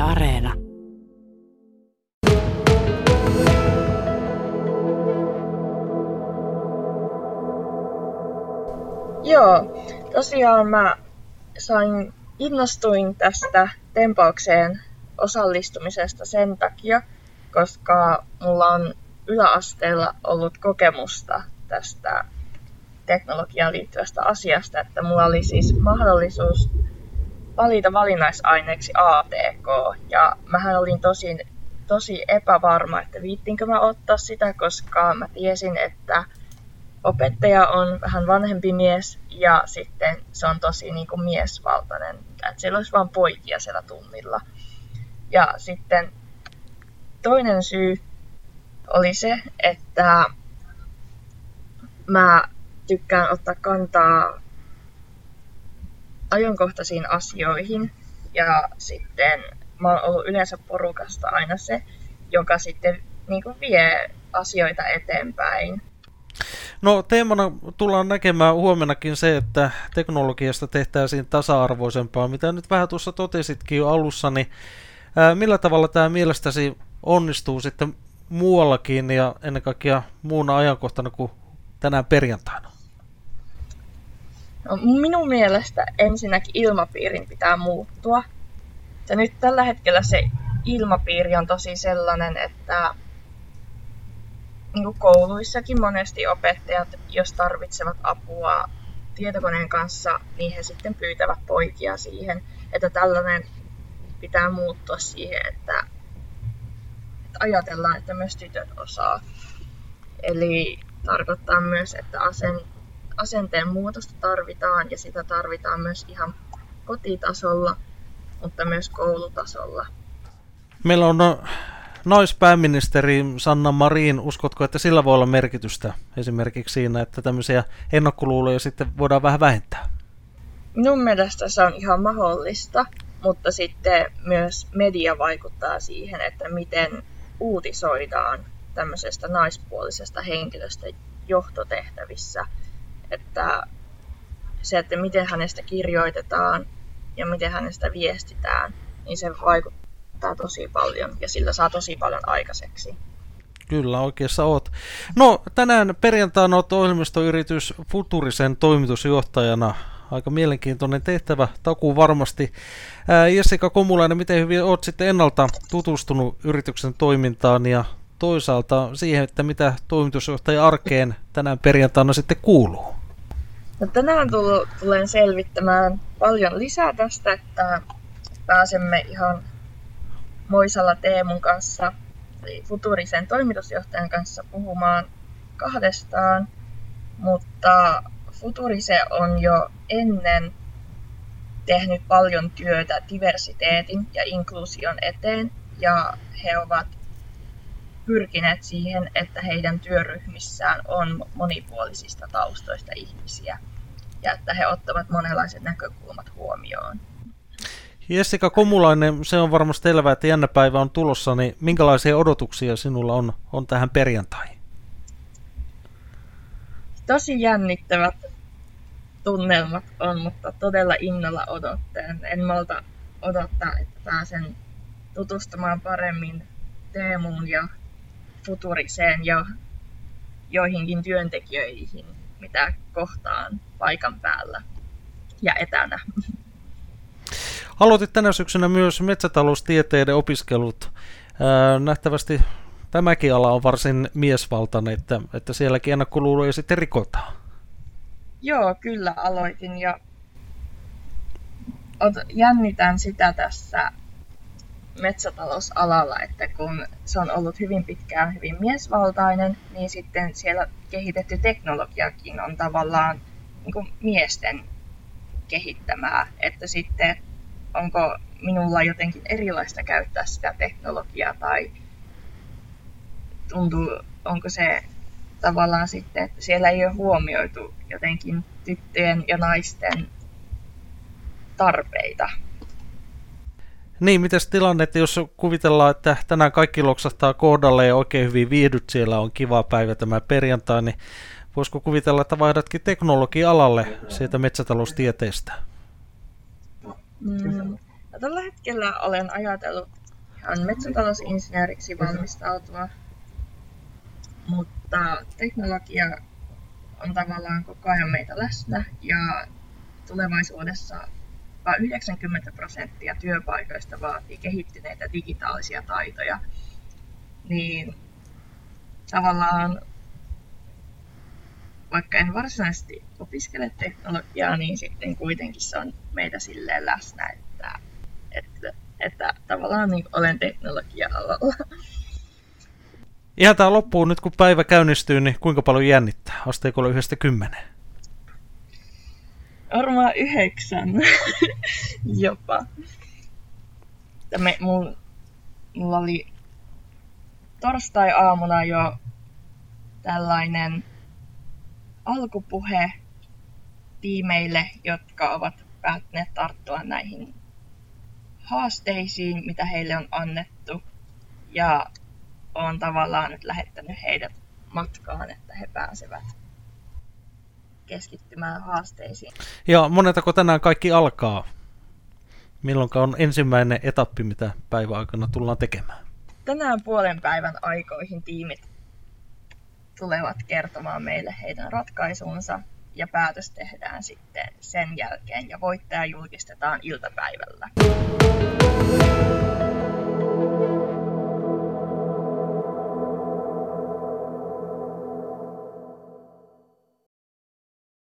Areena. Joo, tosiaan mä innostuin tästä tempaukseen osallistumisesta sen takia, koska mulla on yläasteella ollut kokemusta tästä teknologiaan liittyvästä asiasta, että mulla oli siis mahdollisuus valita valinnaisaineeksi ATK, ja mähän olin tosi epävarma, että viittinkö mä ottaa sitä, koska mä tiesin, että opettaja on vähän vanhempi mies ja sitten se on tosi niin kuin miesvaltainen, että siellä olisi vain poikia siellä tunnilla. Ja sitten toinen syy oli se, että mä tykkään ottaa kantaa ajankohtaisiin asioihin ja sitten mä oon ollut yleensä porukasta aina se, joka sitten niin kuin vie asioita eteenpäin. No teemana tullaan näkemään huomennakin se, että teknologiasta tehtäisiin tasa-arvoisempaa, mitä nyt vähän tuossa totesitkin jo alussa, niin millä tavalla tämä mielestäsi onnistuu sitten muuallakin ja ennen kaikkea muuna ajankohtana kuin tänään perjantaina? No, minun mielestä ensinnäkin ilmapiirin pitää muuttua. Ja nyt tällä hetkellä se ilmapiiri on tosi sellainen, että niin kuin kouluissakin monesti opettajat, jos tarvitsevat apua tietokoneen kanssa, niin he sitten pyytävät poikia siihen, että tällainen pitää muuttua siihen, että ajatellaan, että myös tytöt osaa. Eli tarkoittaa myös, että asenteen muutosta tarvitaan ja sitä tarvitaan myös ihan kotitasolla, mutta myös koulutasolla. Meillä on naispääministeri Sanna Marin. Uskotko, että sillä voi olla merkitystä esimerkiksi siinä, että tämmöisiä ennakkoluuloja sitten voidaan vähän vähentää? Minun mielestä se on ihan mahdollista, mutta sitten myös media vaikuttaa siihen, että miten uutisoidaan tämmöisestä naispuolisesta henkilöstä johtotehtävissä. Että se, että miten hänestä kirjoitetaan ja miten hänestä viestitään, niin se vaikuttaa tosi paljon ja sillä saa tosi paljon aikaiseksi. Kyllä, oikeassa oot. No, tänään perjantaina olet ohjelmistoyritys Futurisen toimitusjohtajana. Aika mielenkiintoinen tehtävä, takuu varmasti. Jessica Komulainen, miten hyvin olet sitten ennalta tutustunut yrityksen toimintaan ja toisaalta siihen, että mitä toimitusjohtajan arkeen tänään perjantaina sitten kuuluu? No, tänään tulen selvittämään paljon lisää tästä, että pääsemme ihan Moisala Teemun kanssa, eli Futurisen toimitusjohtajan kanssa puhumaan kahdestaan, mutta Futurise on jo ennen tehnyt paljon työtä diversiteetin ja inkluusion eteen, ja he ovat pyrkineet siihen, että heidän työryhmissään on monipuolisista taustoista ihmisiä ja että he ottavat monenlaiset näkökulmat huomioon. Jessica Komulainen, se on varmasti selvää, että jännä päivä on tulossa, niin minkälaisia odotuksia sinulla on tähän perjantaihin? Tosi jännittävät tunnelmat on, mutta todella innolla odottelen. En malta odottaa, että pääsen tutustumaan paremmin Teemuun ja Futuriseen ja joihinkin työntekijöihin, mitä kohtaan paikan päällä ja etänä. Aloitit tänä syksynä myös metsätaloustieteiden opiskelut. Nähtävästi tämäkin ala on varsin miesvaltainen, että sielläkin ennakkoluuloja sitten rikotaan. Joo, kyllä aloitin ja jännitän sitä tässä metsätalousalalla, että kun se on ollut hyvin pitkään hyvin miesvaltainen, niin sitten siellä kehitetty teknologiakin on tavallaan niin kuin miesten kehittämää, että sitten onko minulla jotenkin erilaista käyttää sitä teknologiaa tai onko se tavallaan sitten, että siellä ei ole huomioitu jotenkin tyttöjen ja naisten tarpeita. Niin, mitäs tilanne, että jos kuvitellaan, että tänään kaikki loksahtaa kohdalle ja oikein hyvin viihdyt, siellä on kiva päivä tämä perjantai, niin voisiko kuvitella, että vaihdatkin teknologia-alalle siitä metsätaloustieteestä? Ja tällä hetkellä olen ajatellut ihan metsätalousinsinööriksi valmistautua, mutta teknologia on tavallaan koko ajan meitä läsnä ja tulevaisuudessa 90% työpaikoista vaatii kehittyneitä digitaalisia taitoja, niin tavallaan vaikka en varsinaisesti opiskele teknologiaa, niin sitten kuitenkin se on meitä silleen läsnä, että tavallaan niin olen teknologia-alalla. Ihan tää loppuu nyt, kun päivä käynnistyy, niin kuinka paljon jännittää? Asteikolla 1-10? Varmaan 9 jopa. Mulla oli torstai-aamuna jo tällainen alkupuhe tiimeille, jotka ovat päättäneet tarttua näihin haasteisiin, mitä heille on annettu. Ja olen tavallaan nyt lähettänyt heidät matkaan, että he pääsevät keskittymään haasteisiin. Ja monetako tänään kaikki alkaa? Milloinka on ensimmäinen etappi, mitä päivän aikana tullaan tekemään? Tänään puolen päivän aikoihin tiimit tulevat kertomaan meille heidän ratkaisunsa ja päätös tehdään sitten sen jälkeen ja voittaja julkistetaan iltapäivällä.